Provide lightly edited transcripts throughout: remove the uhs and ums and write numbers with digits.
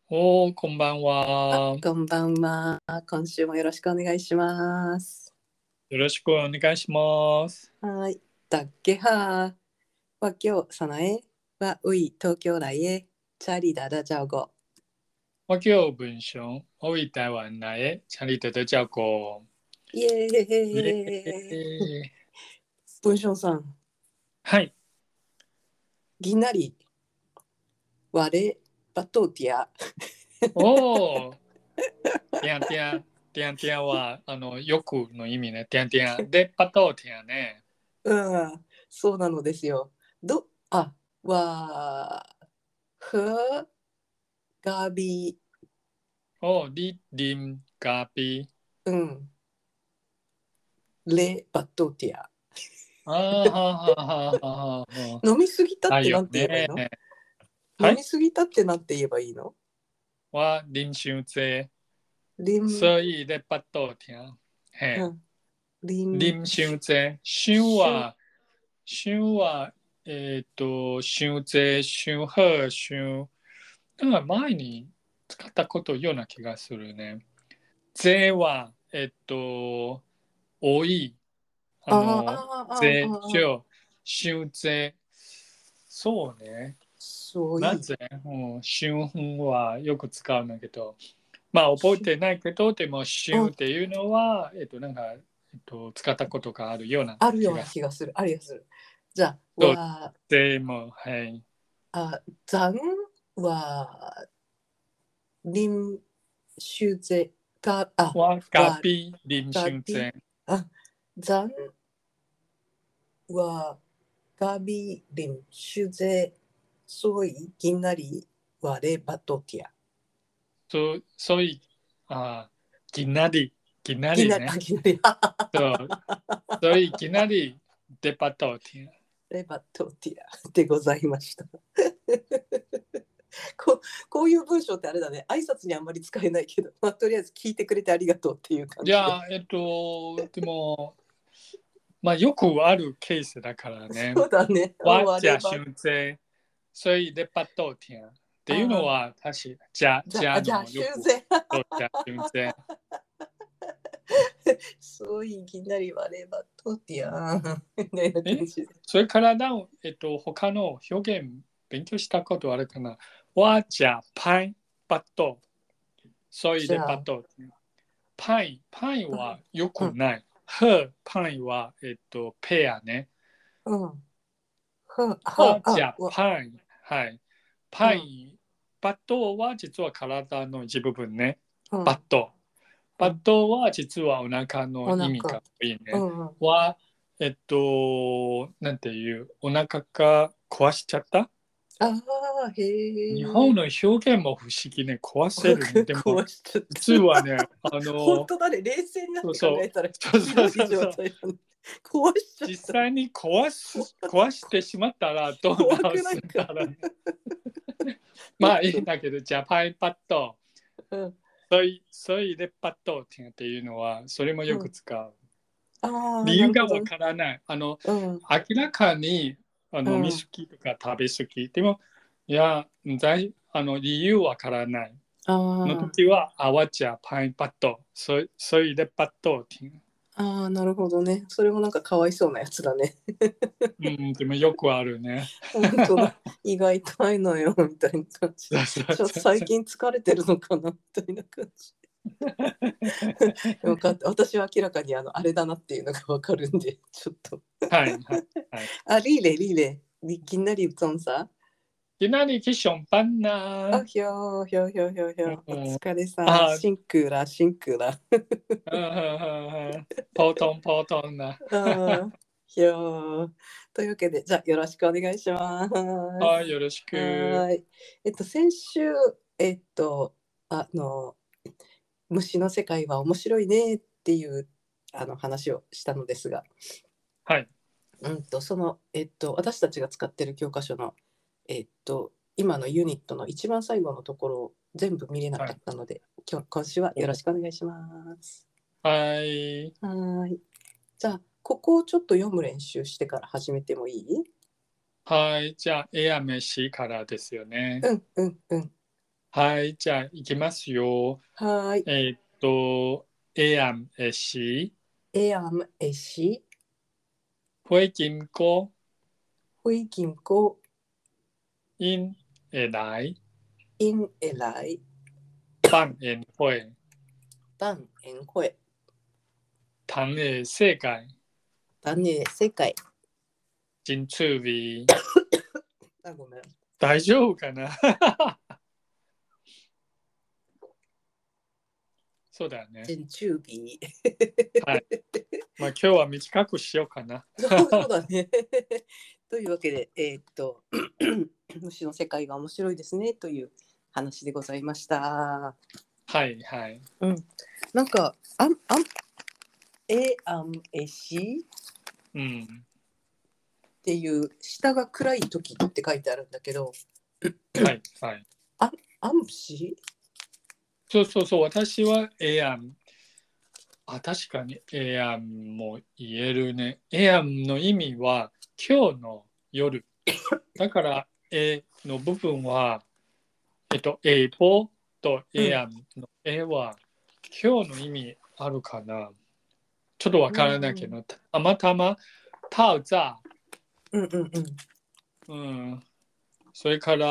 こんばんは。 こんばんは。今週もよろしくお願いします。 よろしくお願いします。 はい。だっけは。わ今日さなえはうい東京来へチャリダダジャオゴ。 我叫文雄，我为台湾来的，请你多多照顾。 イエイーイ。 エーイ文章さん、 はい。 ぎなり我バトーティア。 おー、てんてん、てんてんは、よくの意味ね。てんてん。で、パトーティンね。 うん、そうなのですよ。わふがび、 リンガビ。 うん、レバトーティア。 ははははは。 飲みすぎたっだよてなんて言えばいいの？ ね。はい。 飲みすぎたってなんて言えばいいの？ 臨終税。 リン、 所以でパトーティン。へ。 うん、リン、 臨終税。旬は、春税、春贺、春。なんか前に使ったことような気がするね。税は、多い。 ああ、 税、春税。そうね。 そういい。 なぜ、春はよく使うんだけど、まあ覚えてないけど、でも春うん、 っていうのは、なんか、使ったことがあるようなあるような気がする。 気がする。ある気がする。じゃあ、 そう、税も、はい。 残は、臨終税が、 ガビ、臨ガビ、 春税。 残は、ガビ、臨終税、そういきなり、われバトティア。 そういう、きなり、きなきなり、 りね。 きなり、 そう、そういういきなりデパートっていう。 レバトティアでございました。こういう文章ってあれだね、挨拶にあんまり使えないけど、とりあえず聞いてくれてありがとうっていう感じで。 じゃあ、でも、まあ、よくあるケースだからね。 そうだね。 わじゃ春税、そういうデパートっていうっていうのは確か、じゃじゃあ、 のよく、 修正。 そうじゃ春税。 そういきなり言わればとってや。ね、 それからな他の表現勉強したことあるかな。わじゃパイバット、そういうデパート。パイはよくない。パイは、ペアね。 うん。 じゃパイ。はい。パイ、バットは実は体の一部分ね。バット。バットは実はお腹の意味が多いね。は、なんていう、お腹が壊しちゃった。日本の表現も不思議ね、壊せるね。でも、実はね、 本当だね、冷静になって考えたら、 実際に壊してしまったらどう直すんだろうね。まあいいんだけど、ジャパンパッド、そういうパッドっていうのは、それもよく使う。理由がわからない。明らかに飲み好きとか食べ好き。でも、いや、理由わからない。の時は、あわちゃパインパッド、そういうパッドっていう。 なるほどね。それもなんかかわいそうなやつだね。 でもよくあるね。 本当だ。胃が痛いのよ、みたいな感じ。最近疲れてるのかな、みたいな感じ。よかった。私は明らかにあれだなっていうのがわかるんで、ちょっと。 はいはい。 リーレー。いきなりゾンさ。 いきなりキションパンナ。 ひょひょひょひょひょ。お疲れさん。シンクラ、シンクラ。 ポートンポートンな。 ひょというわけで、じゃあよろしくお願いします。 はい、よろしく。 はい。先週、虫の世界は面白いねっていう話をしたのですが、 はい。 その、私たちが使っている教科書の、今のユニットの一番最後のところを全部見れなかったので、今週はよろしくお願いします。 はい。 はい。じゃあ、ここをちょっと読む練習してから始めてもいい？ はい。じゃあ、絵や飯からですよね。 うん。 はい、じゃあ行きますよ。 はい。 AM し、 AM し、 会金哥、 会金cô, 因来、 因来办宴会、 办宴会、 谈的世界、 種世界。 真趣味。 あ、ごめん。 大丈夫かなそうだよね。 真中日。 はい。まあ今日は短くしようかな。 そうだね。というわけで、虫の世界が面白いですねという話でございました。 はいはい。 うん。なんか、えしうん。 っていう下が暗い時って書いてあるんだけど、 はいはい。 アンしそうそうそう。私は AM。確かに AM も言えるね。AM の意味は今日の夜。だから A の部分は、A ポと AM の A は今日の意味あるかな。ちょっとわからないけど、たまたま、タウザうんうんうん。 うん。それから、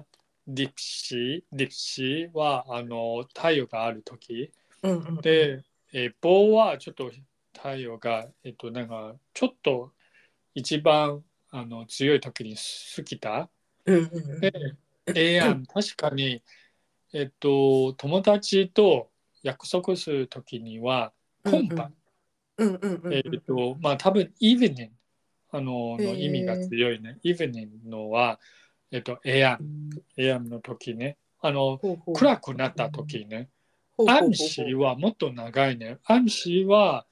ディプシーは、太陽があるとき。 うんうんうん。 で、棒はちょっと太陽が、なんか、ちょっと一番強いときに過ぎた。 うんうんうん。 で、確かに、友達と約束するときには、コンパ。 うんうんうんまあ、多分、イーブニングの意味がへ強いね。イーブニングのは、AM の時ね。 ほうほう暗くなった時ね。 ほうアンほうほうほう。 シーはもっと長いね。アンシーは、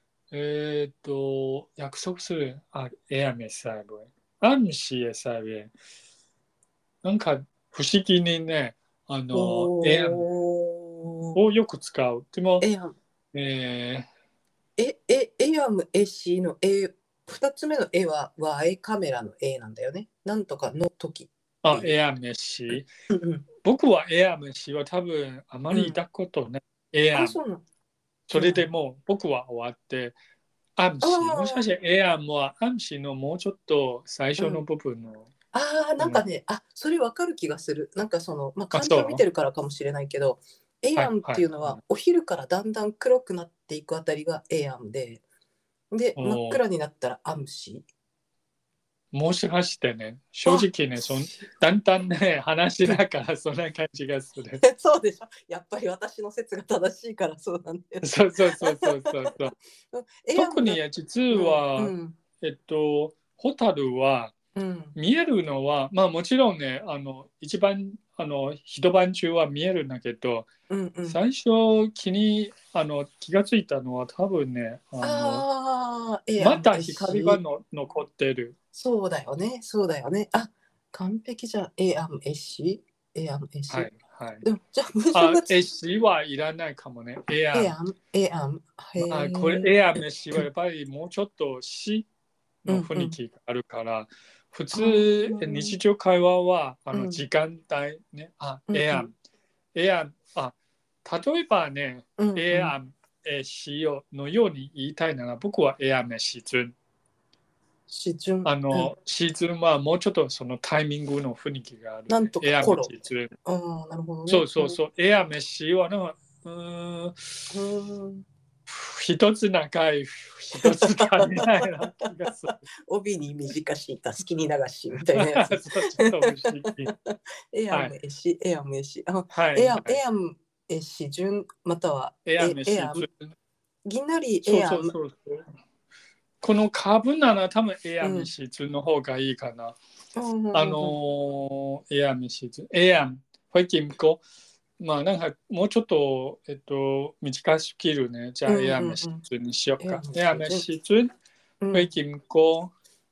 約束する、AM サイブ。アンシーサイブ。なんか不思議にね、AM おー。 をよく使う。でも、 エアム、 えエアム、エシの二つ目の絵は、カメラの絵なんだよね。なんとかの時っていう。 AM シー。 うんうん。 僕は AM シーは多分あまりいたことない。AM。 そうなの。 それでもう僕は終わって、アンシー。もしかしてエアムはアンシーのもうちょっと最初の部分の。 なんかね、それわかる気がする。なんか漢字を見てそるからかもしれないけど、エうはアムっていいはい。 うのは、お昼からだんだん黒くなっていくあたりがエアムで、真っ暗になったらアムシ。 もしかしてね、正直ね、だんだんね、話だからそんな感じがする。 そうでしょ。やっぱり私の説が正しいからそうなんだよ。 そうそうそうそうそうそう。 エアムだ。 特に実うは、 んホタルはうん見えるのは、まあもちろんね、一番、一晩中は見えるんだけど、 うんうん。 最初気がついたのは多分ね、 エアム、 またエ光がシ。 残ってる。 そうだよね、そうだよね。完璧じゃん。エアム、エシ。エアム、エシ。 はいはい。 でも、じゃあ、矛盾が SC はいらないかもね。エアム。 エアム、エアム。へこれえ。 エアム C はやっぱりもうちょっと C の雰囲うんうん。 気があるから、普あ通、 ー日常会話はうん時間帯ね、 うんうんエアム。エアム、例えばね、 うんうん。 エアム、C のように言いたいなら、僕はエアムシズン。 シチュン、 シーズンはもうちょっとそのタイミングの雰囲気があるね。 なんとかエアメコロ。 シーズン。 なるほどね。 そうそうそう。エアメシはなんか、 うん。 一つ長い、一つ足りないな気がする。 帯に短し、たすきに流しみたいなやつ。 そう、ちょっと不思議。 エアはい。 ムエシ、エアムエシ。 はいはい。 エアムエシ順、またはエアメエアム、 シーズン。 ぎんなりそうそうエアム。 そうそう。この株なら多分エアメうん。 シーズンの方がいいかな。 うんうんうんうん。 エアメシーズン。エアム、ホイキンコ。まあなんかもうちょっと、短すぎるね。じゃあ、 うんエアうんうん。 メシズにしようエアか。エアメムシ順。 シズうん。 ホイキンコ、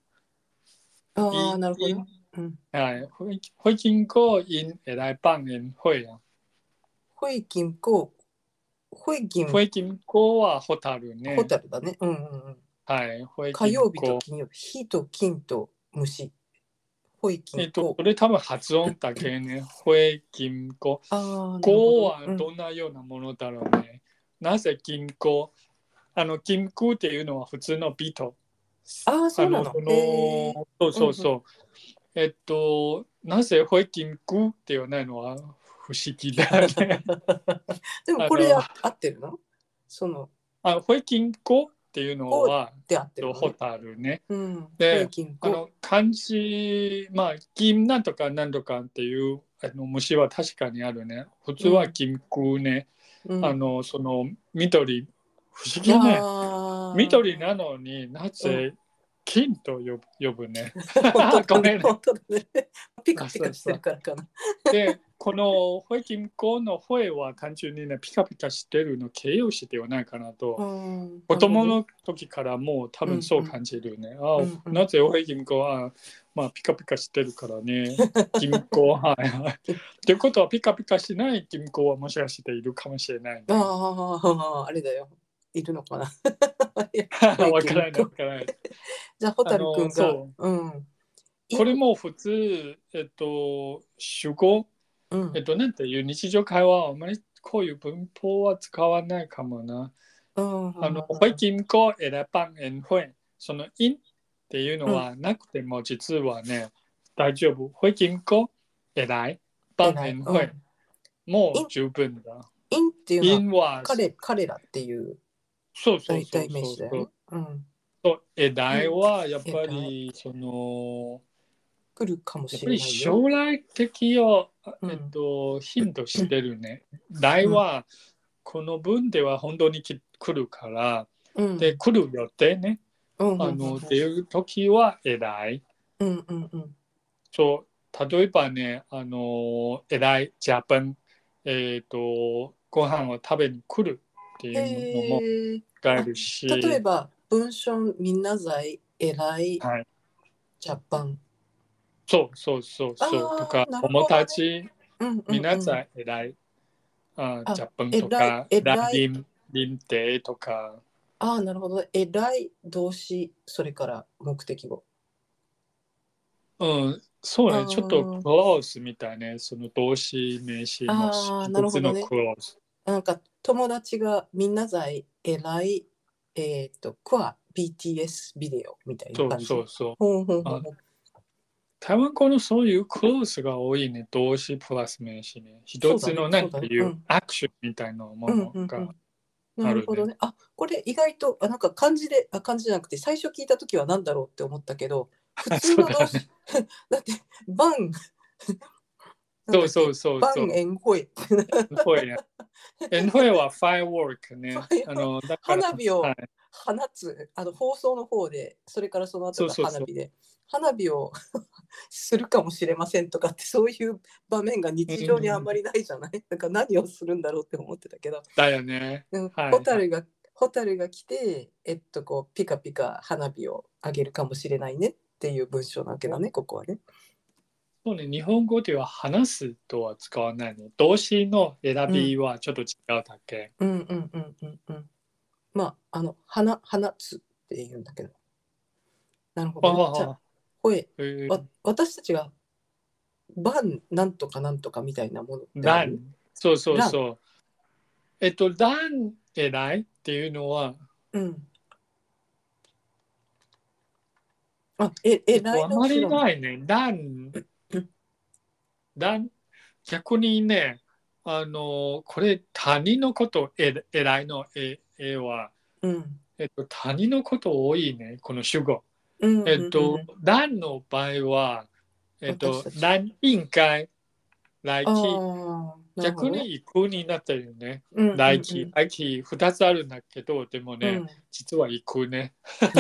なるほど。 イン、 うん。 はい、ホイキンコ、イン、来办年会啊。 ホイキンコ、ホイキン、 ホイキンコはホタルホね。 タルだね。うんうんうん。 はい、ホイキン火曜日とコ。 金曜日。火と金と虫。 保金庫。 これ多分発音だけね。保金庫。庫はどんなようなものだろうね。なぜ金庫？金庫っていうのは普通のビート。 そうなの。 そうそう。なぜ保金庫って言わないのは不思議だね。 でもこれ合ってるの？その保金庫っていうのはホタルね。で、漢字、金なんとかなんとかっていう虫は確かにあるね。普通は金庫ね。その緑、不思議ね。緑なのになぜ金と呼ぶね。 本当だね。ピカピカしてるからかな。 で、この保金庫の声は単純にね、ピカピカしてるの形容詞ではないかなと。子供の時からもう多分そう感じるね。なぜ保金庫は、ピカピカしてるからね。銀行、はい。ということはピカピカしない銀行はもしかしているかもしれない、ね。 あれだよ。いるのかな。 わからないわからない。 じゃあ、ホタルくんが。 これも普通、主語、なんていう日常会話はあまりこういう文法は使わないかもな。会金庫エラパンエン会、そのインっていうのはなくても実はね、大丈夫。会金庫エライパンエン会、もう十分だ。 インっていうのは彼らっていう代名詞だよね。 エライはやっぱりその来るかもしれないよ。 将来的を、ヒントしてるね。来はこの文では本当に来るから、で来る予定ね。っていう時は偉い。そう、例えばね、偉いジャパン、ご飯を食べに来るっていうのも使えるし。 例えば文章みんな在偉いジャパン。 そうとか、友達、皆さん偉い。ジャパンとか、リンテとか。 なるほど。偉い動詞、それから目的語。 そうね、ちょっとクローズみたいね、その動詞、名詞の一つのクローズ。 なんか友達がみんな在偉い、クワ BTS ビデオみたいな感じ。 そう。台湾語のそういうクローズが多いね、動詞プラス名詞ね。一つのなんていうアクションみたいなものがなるほどね。これ意外となんか漢字じゃなくて最初聞いた時は何だろうって思ったけど、普通の動詞だってバンそうバンエンホイエンホイはファイアウォークね。 花火を放つ、放送の方で、それからその後が花火で花火をするかもしれませんとかって、そういう場面が日常にあんまりないじゃない。なんか何をするんだろうって思ってたけど。 だよね。 ホタルが来て、こうピカピカ花火をあげるかもしれないねっていう文章なわけだね、ここはね。 そうね、日本語では話すとは使わないね。動詞の選びはちょっと違うだけ。 まあ、放つって言うんだけど。なるほど、ね。じゃあ、私たちがバンなんとかなんとかみたいなものってある？ そう。ラン偉いっていうのは、 偉いあまりないね。逆にね、これ他人のこと偉いの絵は、他人のこと多いね、この主語。ランの場合は、ラン应该来逆に行くになってるよね。来期2つあるんだけど、でもね、実は行くね。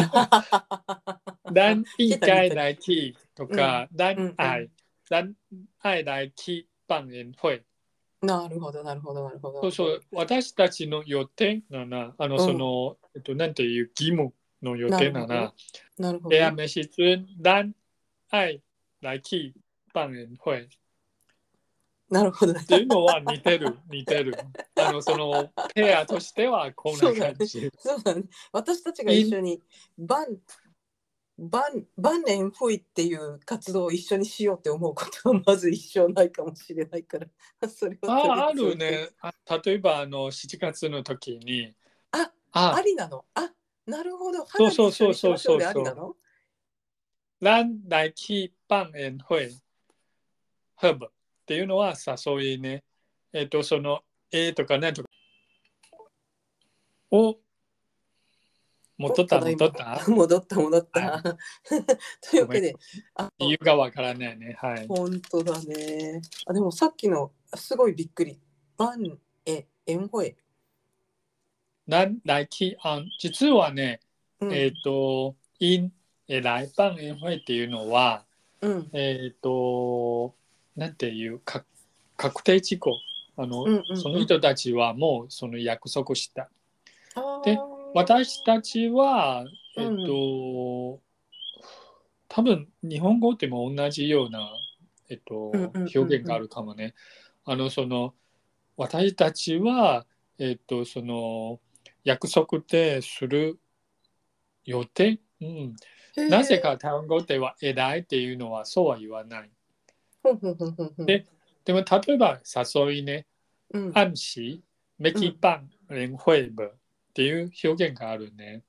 ラン应该来期とか、ラン愛来期バンエンホイ。 なるほど。 そう、私たちの予定なら、なんていう義務の予定なら、ペア飯中、ラン愛来期バンエンホイ。 なるほど。っていうのは似てる。そのペアとしてはこんな感じ。 そうだね。私たちが一緒にバン万年不意っていう活動を一緒にしようって思うことはまず一生ないかもしれないから、それはあるね。例えば7月の時に。 ありなの。なるほど。 そう花火一緒にしましょうでありなの。 咱来去放宴会ハブっていうのは誘いね。そのとかねとかを戻った戻った。はい、というわけで、 理由がわからないね。はい。 本当だね。でもさっきのすごいびっくり。万宴会。 来去実はね、来办宴会っていうのは、なんていう確定事項。その人たちはもうその約束した。で、私たちは、多分日本語でも同じような、表現があるかもね。私たちは、その約束でする予定、なぜか台湾語では偉いっていうのはそうは言わない。でも例えば誘いね、暗示、メキパン、連会部っていう表現があるね。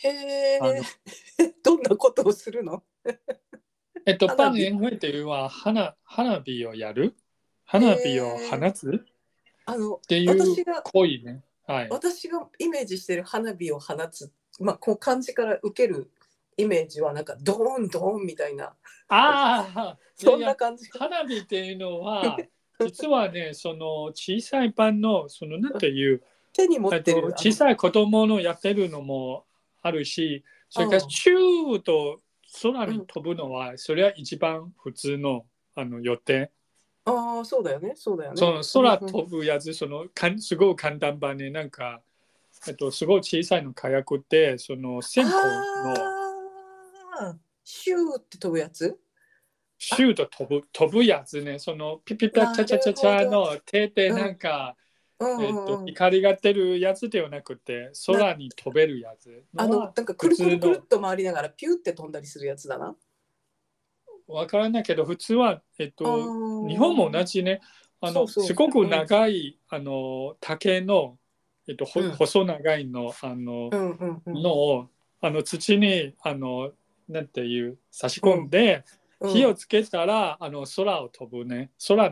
どんなことをするの？ パン連会っていうのは花火をやる、花火を放つっていう行為ね。 私がイメージしてる花火を放つ、こう漢字から受けるイメージはなんかドーンドーンみたいな。そんな感じ。 花火っていうのは実はね、その小さいパンのそのなんていう手に持ってる小さい子供のやってるのもあるし、それからシューと空に飛ぶのは、それは一番普通の予定。 そうだよね。 その空飛ぶやつ、すごい簡単版ね、なんか、すごい小さいの火薬って、その線香の。 シューって飛ぶやつ？ シューと飛ぶやつね、そのピピタチャチャチャチャの手でなんか、光が出るやつではなくて、空に飛べるやつ。 なんかくるくるくるっと回りながらピューって飛んだりするやつだな。 わからないけど、普通は、日本も同じね、すごく長い、竹の、細長いの、のを、土に、なんていう、差し込んで、火をつけたら、空に飛ぶね。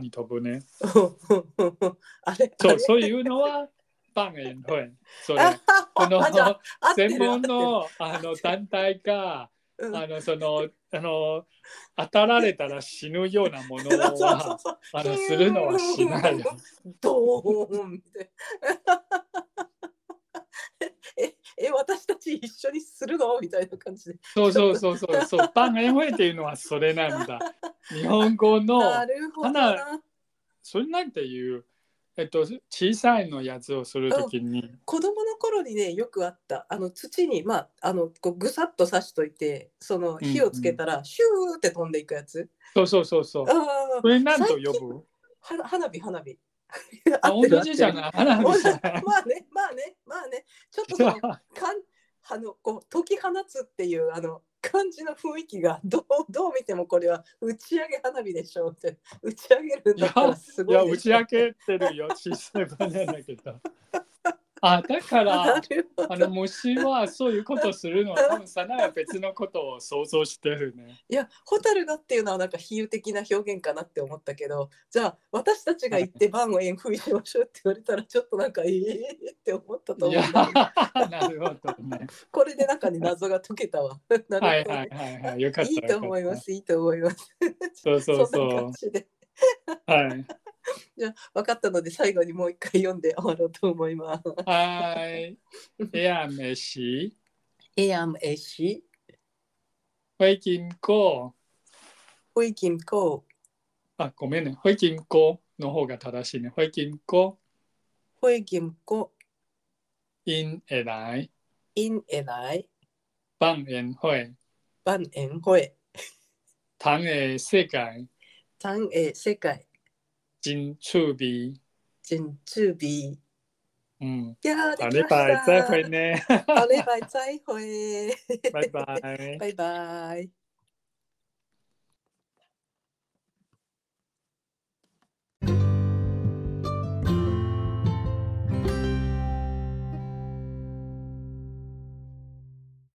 そういうのは、放宴会。その専門の、団体が、当たられたら死ぬようなものはするのはしないよ。 ドーンって私たち一緒にするのみたいな感じで。 そう。パンエンフェっていうのはそれなんだ。日本語のそれなんていう、小さいのやつをするときに、 子供の頃にねよくあった土にこうぐさっと刺しといて、その火をつけたらシューって飛んでいくやつ。 そう。それなんと呼ぶ？ 花火。 同じじゃない。花火じゃない。 まあね。ちょっとそのこう解き放つっていう感じの雰囲気がどう見てもこれは打ち上げ花火でしょうって、打ち上げるんだったらすごい。 いや打ち上げてるよ、小さいバナナだけど。だから虫はそういうことをするのは多分さなは別のことを想像してるね。 いや、ホタルがっていうのはなんか比喩的な表現かなって思ったけど、じゃあ私たちが行ってバンを円吹いしましょうって言われたらちょっとなんかって思ったと思うんだけど。 なるほどね。 これで中に謎が解けたわ。なるほど、 はい。よかった。 いいと思います。 そう。 そんな感じで。 はい。 じゃあ分かったので最後にもう一回読んで終わろうと思います。 はい。飯。灰金庫。ごめんね。灰金庫の方が正しいね。灰金庫。因来。放宴会。唐的世界。真趣味。 嗯， いやー、で好， きまし礼拜再た。 会呢。 好礼拜再会。 拜拜。 バイバイ。